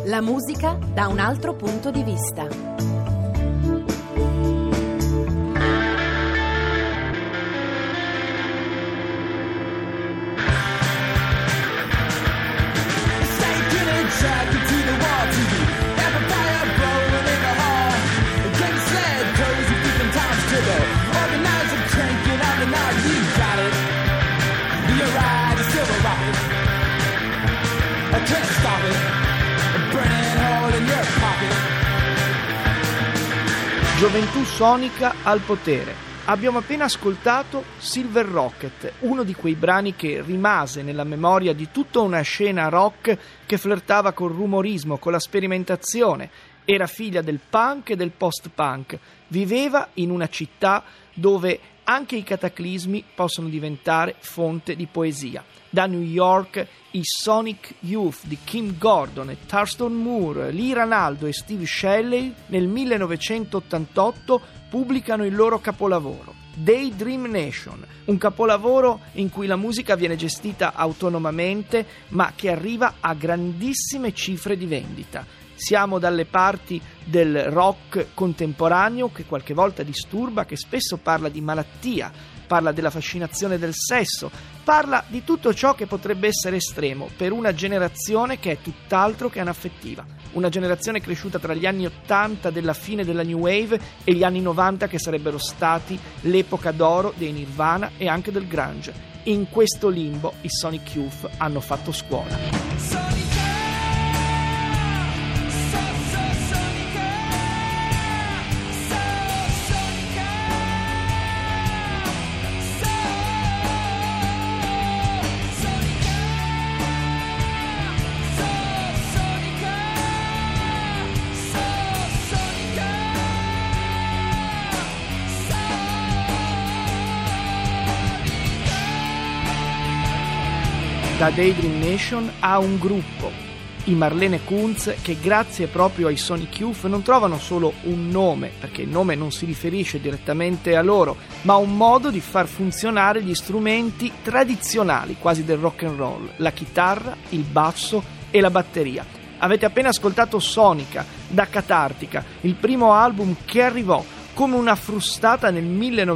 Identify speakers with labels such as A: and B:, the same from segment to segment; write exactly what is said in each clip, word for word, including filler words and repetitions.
A: La musica da un altro punto di vista.
B: Gioventù sonica al potere. Abbiamo appena ascoltato Silver Rocket, uno di quei brani che rimase nella memoria di tutta una scena rock che flirtava col rumorismo, con la sperimentazione. Era figlia del punk e del post-punk. Viveva in una città dove anche i cataclismi possono diventare fonte di poesia. Da New York i Sonic Youth di Kim Gordon e Thurston Moore, Lee Ranaldo e Steve Shelley nel millenovecentottantotto pubblicano il loro capolavoro, Daydream Nation, un capolavoro in cui la musica viene gestita autonomamente ma che arriva a grandissime cifre di vendita. Siamo dalle parti del rock contemporaneo che qualche volta disturba, che spesso parla di malattia, parla della fascinazione del sesso, parla di tutto ciò che potrebbe essere estremo per una generazione che è tutt'altro che anaffettiva. Una generazione cresciuta tra gli anni ottanta della fine della New Wave e gli anni novanta che sarebbero stati l'epoca d'oro dei Nirvana e anche del grunge. In questo limbo i Sonic Youth hanno fatto scuola. Da Daydream Nation a un gruppo, i Marlene Kunz, che grazie proprio ai Sonic Youth non trovano solo un nome, perché il nome non si riferisce direttamente a loro, ma un modo di far funzionare gli strumenti tradizionali quasi del rock and roll, la chitarra, il basso e la batteria. Avete appena ascoltato Sonica, da Catartica, il primo album che arrivò come una frustata nel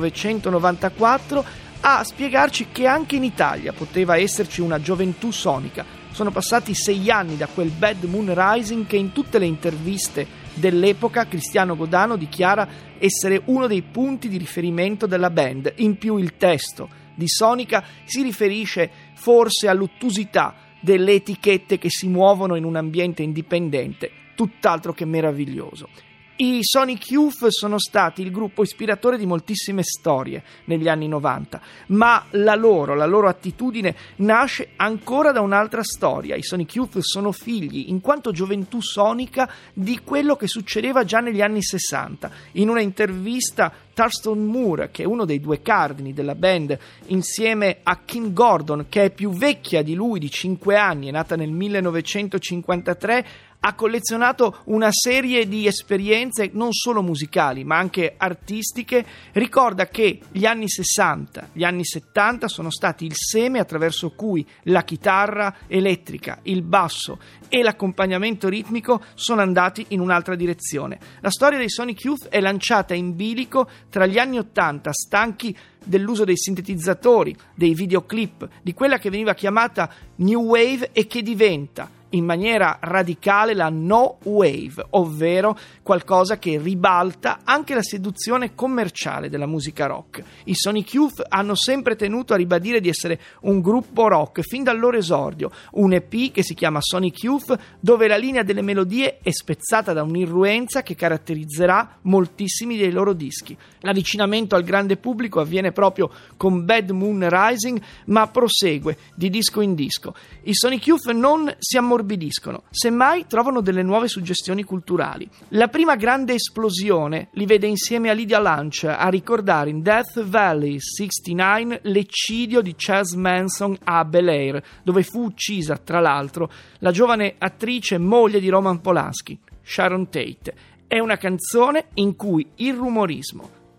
B: millenovecentonovantaquattro a spiegarci che anche in Italia poteva esserci una gioventù sonica. Sono passati sei anni da quel Bad Moon Rising che in tutte le interviste dell'epoca Cristiano Godano dichiara essere uno dei punti di riferimento della band. In più il testo di Sonica si riferisce forse all'ottusità delle etichette che si muovono in un ambiente indipendente, tutt'altro che meraviglioso. I Sonic Youth sono stati il gruppo ispiratore di moltissime storie negli anni novanta, ma la loro, la loro attitudine nasce ancora da un'altra storia. I Sonic Youth sono figli, in quanto gioventù sonica, di quello che succedeva già negli anni sessanta. In una intervista Thurston Moore, che è uno dei due cardini della band, insieme a Kim Gordon, che è più vecchia di lui di cinque anni, è nata nel millenovecentocinquantatré, ha collezionato una serie di esperienze non solo musicali ma anche artistiche. Ricorda che gli anni sessanta, gli anni settanta sono stati il seme attraverso cui la chitarra elettrica, il basso e l'accompagnamento ritmico sono andati in un'altra direzione. La storia dei Sonic Youth è lanciata in bilico tra gli anni ottanta, stanchi dell'uso dei sintetizzatori, dei videoclip, di quella che veniva chiamata New Wave e che diventa in maniera radicale la No Wave, ovvero qualcosa che ribalta anche la seduzione commerciale della musica rock. I Sonic Youth hanno sempre tenuto a ribadire di essere un gruppo rock fin dal loro esordio, un E P che si chiama Sonic Youth, dove la linea delle melodie è spezzata da un'irruenza che caratterizzerà moltissimi dei loro dischi. L'avvicinamento al grande pubblico avviene proprio con Bad Moon Rising, ma prosegue di disco in disco. I Sonic Youth non si ammorbidiscono, semmai trovano delle nuove suggestioni culturali. La prima grande esplosione li vede insieme a Lydia Lunch a ricordare in Death Valley sessantanove l'eccidio di Charles Manson a Bel Air, dove fu uccisa, tra l'altro, la giovane attrice moglie di Roman Polanski, Sharon Tate. È una canzone in cui il rumorismo,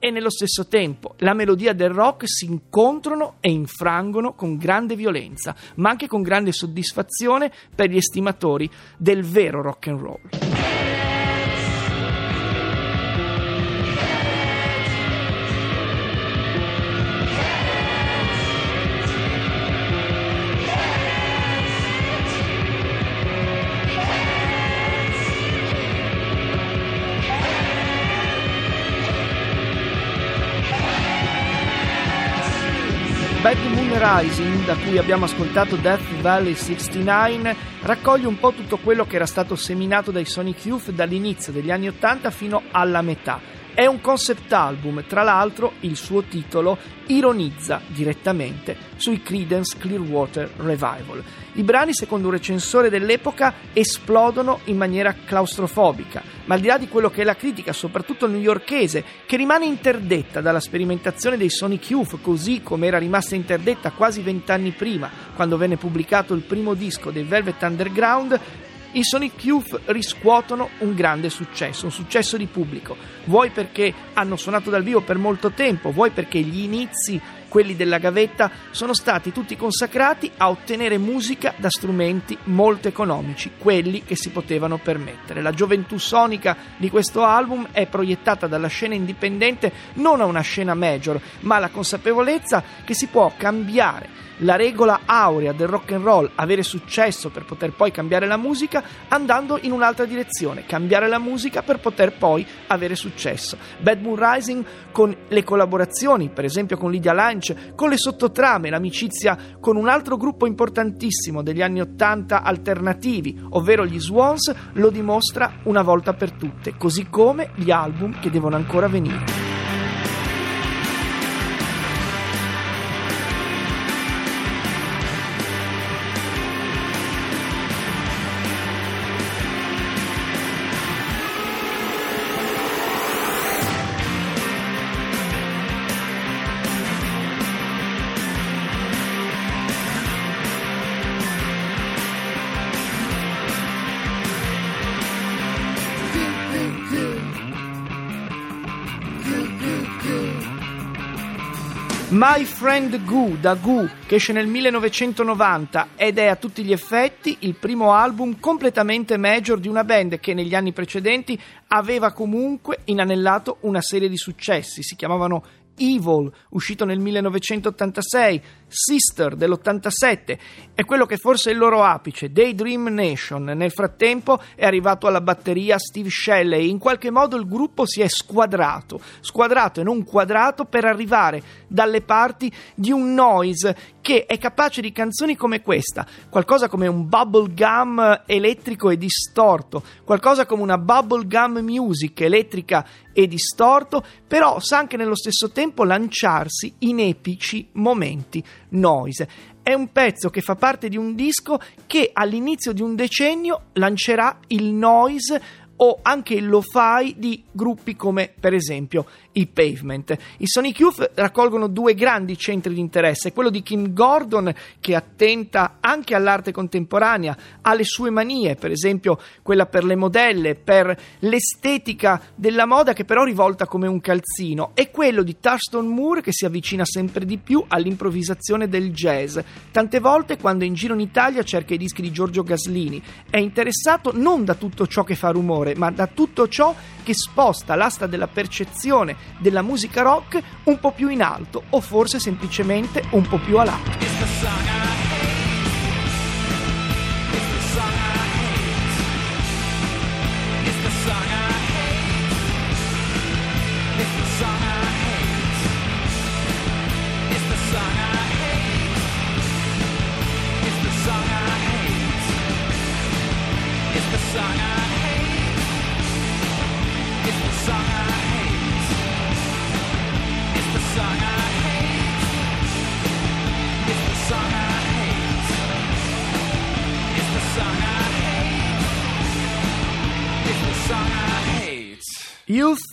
B: e nello stesso tempo la melodia del rock si incontrano e infrangono con grande violenza, ma anche con grande soddisfazione per gli estimatori del vero rock and roll. Bad Moon Rising, da cui abbiamo ascoltato Death Valley sessantanove, raccoglie un po' tutto quello che era stato seminato dai Sonic Youth dall'inizio degli anni ottanta fino alla metà. È un concept album, tra l'altro il suo titolo ironizza direttamente sui Creedence Clearwater Revival. I brani, secondo un recensore dell'epoca, esplodono in maniera claustrofobica, ma al di là di quello che è la critica, soprattutto newyorkese, che rimane interdetta dalla sperimentazione dei Sonic Youth, così come era rimasta interdetta quasi vent'anni prima, quando venne pubblicato il primo disco dei Velvet Underground, i Sonic Youth riscuotono un grande successo, un successo di pubblico, vuoi perché hanno suonato dal vivo per molto tempo, vuoi perché gli inizi, quelli della gavetta, sono stati tutti consacrati a ottenere musica da strumenti molto economici, quelli che si potevano permettere. La gioventù sonica di questo album è proiettata dalla scena indipendente non a una scena major, ma alla consapevolezza che si può cambiare la regola aurea del rock and roll, avere successo per poter poi cambiare la musica, andando in un'altra direzione, cambiare la musica per poter poi avere successo. Bad Moon Rising, con le collaborazioni, per esempio con Lydia Lunch, con le sottotrame, l'amicizia con un altro gruppo importantissimo degli anni ottanta alternativi, ovvero gli Swans, lo dimostra una volta per tutte, così come gli album che devono ancora venire. My Friend Goo, da Goo, che esce nel millenovecentonovanta ed è a tutti gli effetti il primo album completamente major di una band che negli anni precedenti aveva comunque inanellato una serie di successi. Si chiamavano Evil, uscito nel millenovecentottantasei, Sister dell'ottantasette, è quello che forse è il loro apice, Daydream Nation. Nel frattempo è arrivato alla batteria Steve Shelley, in qualche modo il gruppo si è squadrato, squadrato e non quadrato per arrivare dalle parti di un noise che è capace di canzoni come questa, qualcosa come un bubblegum elettrico e distorto, qualcosa come una bubblegum music elettrica e distorto, però sa anche nello stesso tempo lanciarsi in epici momenti noise. È un pezzo che fa parte di un disco che all'inizio di un decennio lancerà il noise o anche il lo-fi di gruppi come per esempio i Pavement. I Sonic Youth raccolgono due grandi centri di interesse, quello di Kim Gordon, che attenta anche all'arte contemporanea, alle sue manie, per esempio quella per le modelle, per l'estetica della moda che però rivolta come un calzino, e quello di Thurston Moore, che si avvicina sempre di più all'improvvisazione del jazz. Tante volte quando è in giro in Italia cerca i dischi di Giorgio Gaslini, è interessato non da tutto ciò che fa rumore, ma da tutto ciò che sposta l'asta della percezione della musica rock un po' più in alto o forse semplicemente un po' più a lato. Youth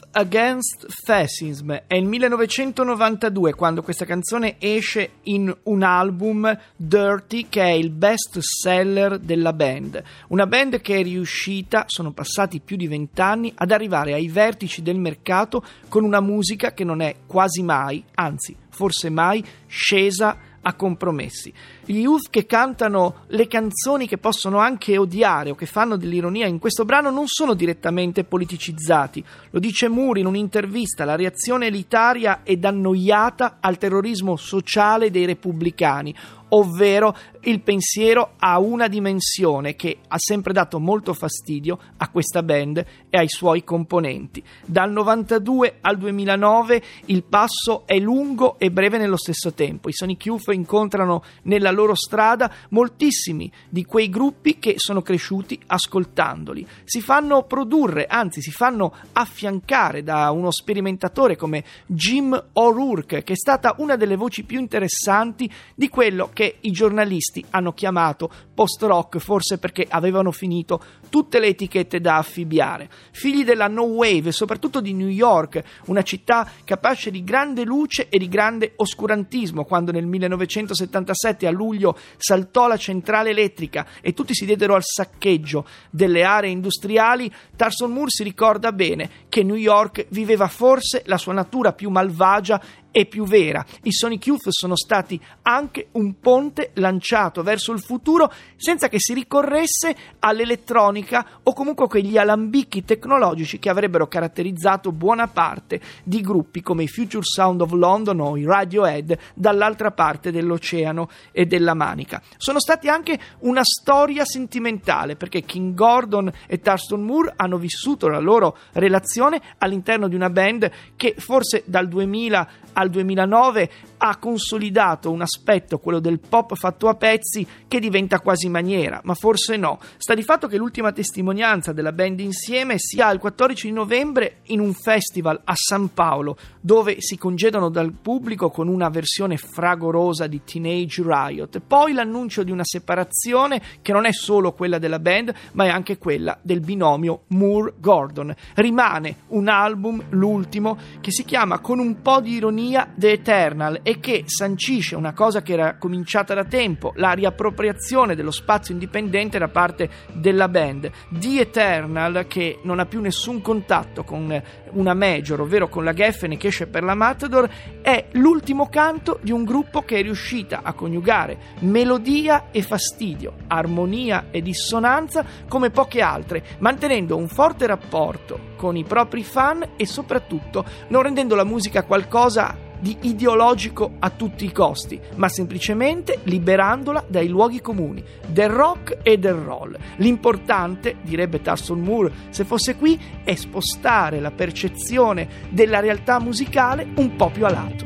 B: Against Fascism. È il millenovecentonovantadue quando questa canzone esce in un album, Dirty, che è il best seller della band. Una band che è riuscita, sono passati più di vent'anni, ad arrivare ai vertici del mercato con una musica che non è quasi mai, anzi forse mai, scesa a compromessi. Gli Youth che cantano le canzoni che possono anche odiare o che fanno dell'ironia in questo brano non sono direttamente politicizzati. Lo dice Moore in un'intervista: la reazione elitaria ed annoiata al terrorismo sociale dei repubblicani, ovvero il pensiero ha una dimensione che ha sempre dato molto fastidio a questa band e ai suoi componenti. Dal novantadue al duemilanove il passo è lungo e breve nello stesso tempo. I Sonic Youth incontrano nella loro strada moltissimi di quei gruppi che sono cresciuti ascoltandoli. Si fanno produrre, anzi si fanno affiancare da uno sperimentatore come Jim O'Rourke, che è stata una delle voci più interessanti di quello che i giornalisti hanno chiamato post-rock, forse perché avevano finito tutte le etichette da affibbiare. Figli della no wave e soprattutto di New York, una città capace di grande luce e di grande oscurantismo. Quando nel millenovecentosettantasette a luglio saltò la centrale elettrica e tutti si diedero al saccheggio delle aree industriali, Thurston Moore si ricorda bene che New York viveva forse la sua natura più malvagia e più vera. I Sonic Youth sono stati anche un ponte lanciato verso il futuro senza che si ricorresse all'elettronica o comunque a quegli alambicchi tecnologici che avrebbero caratterizzato buona parte di gruppi come i Future Sound of London o i Radiohead dall'altra parte dell'oceano e della Manica. Sono stati anche una storia sentimentale, perché King Gordon e Thurston Moore hanno vissuto la loro relazione all'interno di una band che forse dal duemila al duemilanove ha consolidato un aspetto, quello del pop fatto a pezzi, che diventa quasi maniera, ma forse no. Sta di fatto che l'ultima testimonianza della band insieme sia il quattordici di novembre in un festival a San Paolo, dove si congedano dal pubblico con una versione fragorosa di Teenage Riot. Poi l'annuncio di una separazione che non è solo quella della band, ma è anche quella del binomio Moore-Gordon. Rimane un album, l'ultimo, che si chiama con un po' di ironia The Eternal e che sancisce una cosa che era cominciata da tempo, la riappropriazione dello spazio indipendente da parte della band. The Eternal, che non ha più nessun contatto con una major, ovvero con la Geffen che esce per la Matador, è l'ultimo canto di un gruppo che è riuscita a coniugare melodia e fastidio, armonia e dissonanza come poche altre, mantenendo un forte rapporto con i propri fan e soprattutto non rendendo la musica qualcosa di ideologico a tutti i costi, ma semplicemente liberandola dai luoghi comuni del rock e del roll. L'importante, direbbe Thurston Moore se fosse qui, è spostare la percezione della realtà musicale un po' più a lato.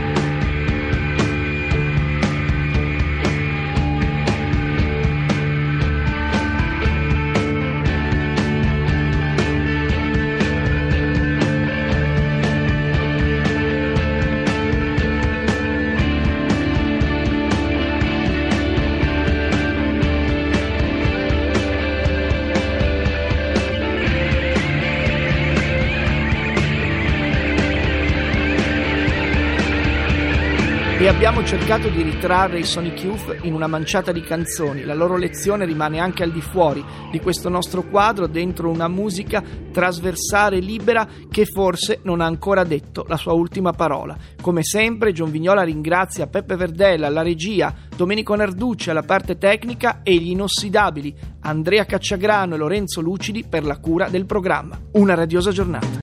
B: E abbiamo cercato di ritrarre i Sonic Youth in una manciata di canzoni. La loro lezione rimane anche al di fuori di questo nostro quadro, dentro una musica trasversale e libera che forse non ha ancora detto la sua ultima parola. Come sempre John Vignola ringrazia Peppe Verdella alla regia, Domenico Narducci alla parte tecnica e gli inossidabili Andrea Cacciagrano e Lorenzo Lucidi per la cura del programma. Una radiosa giornata.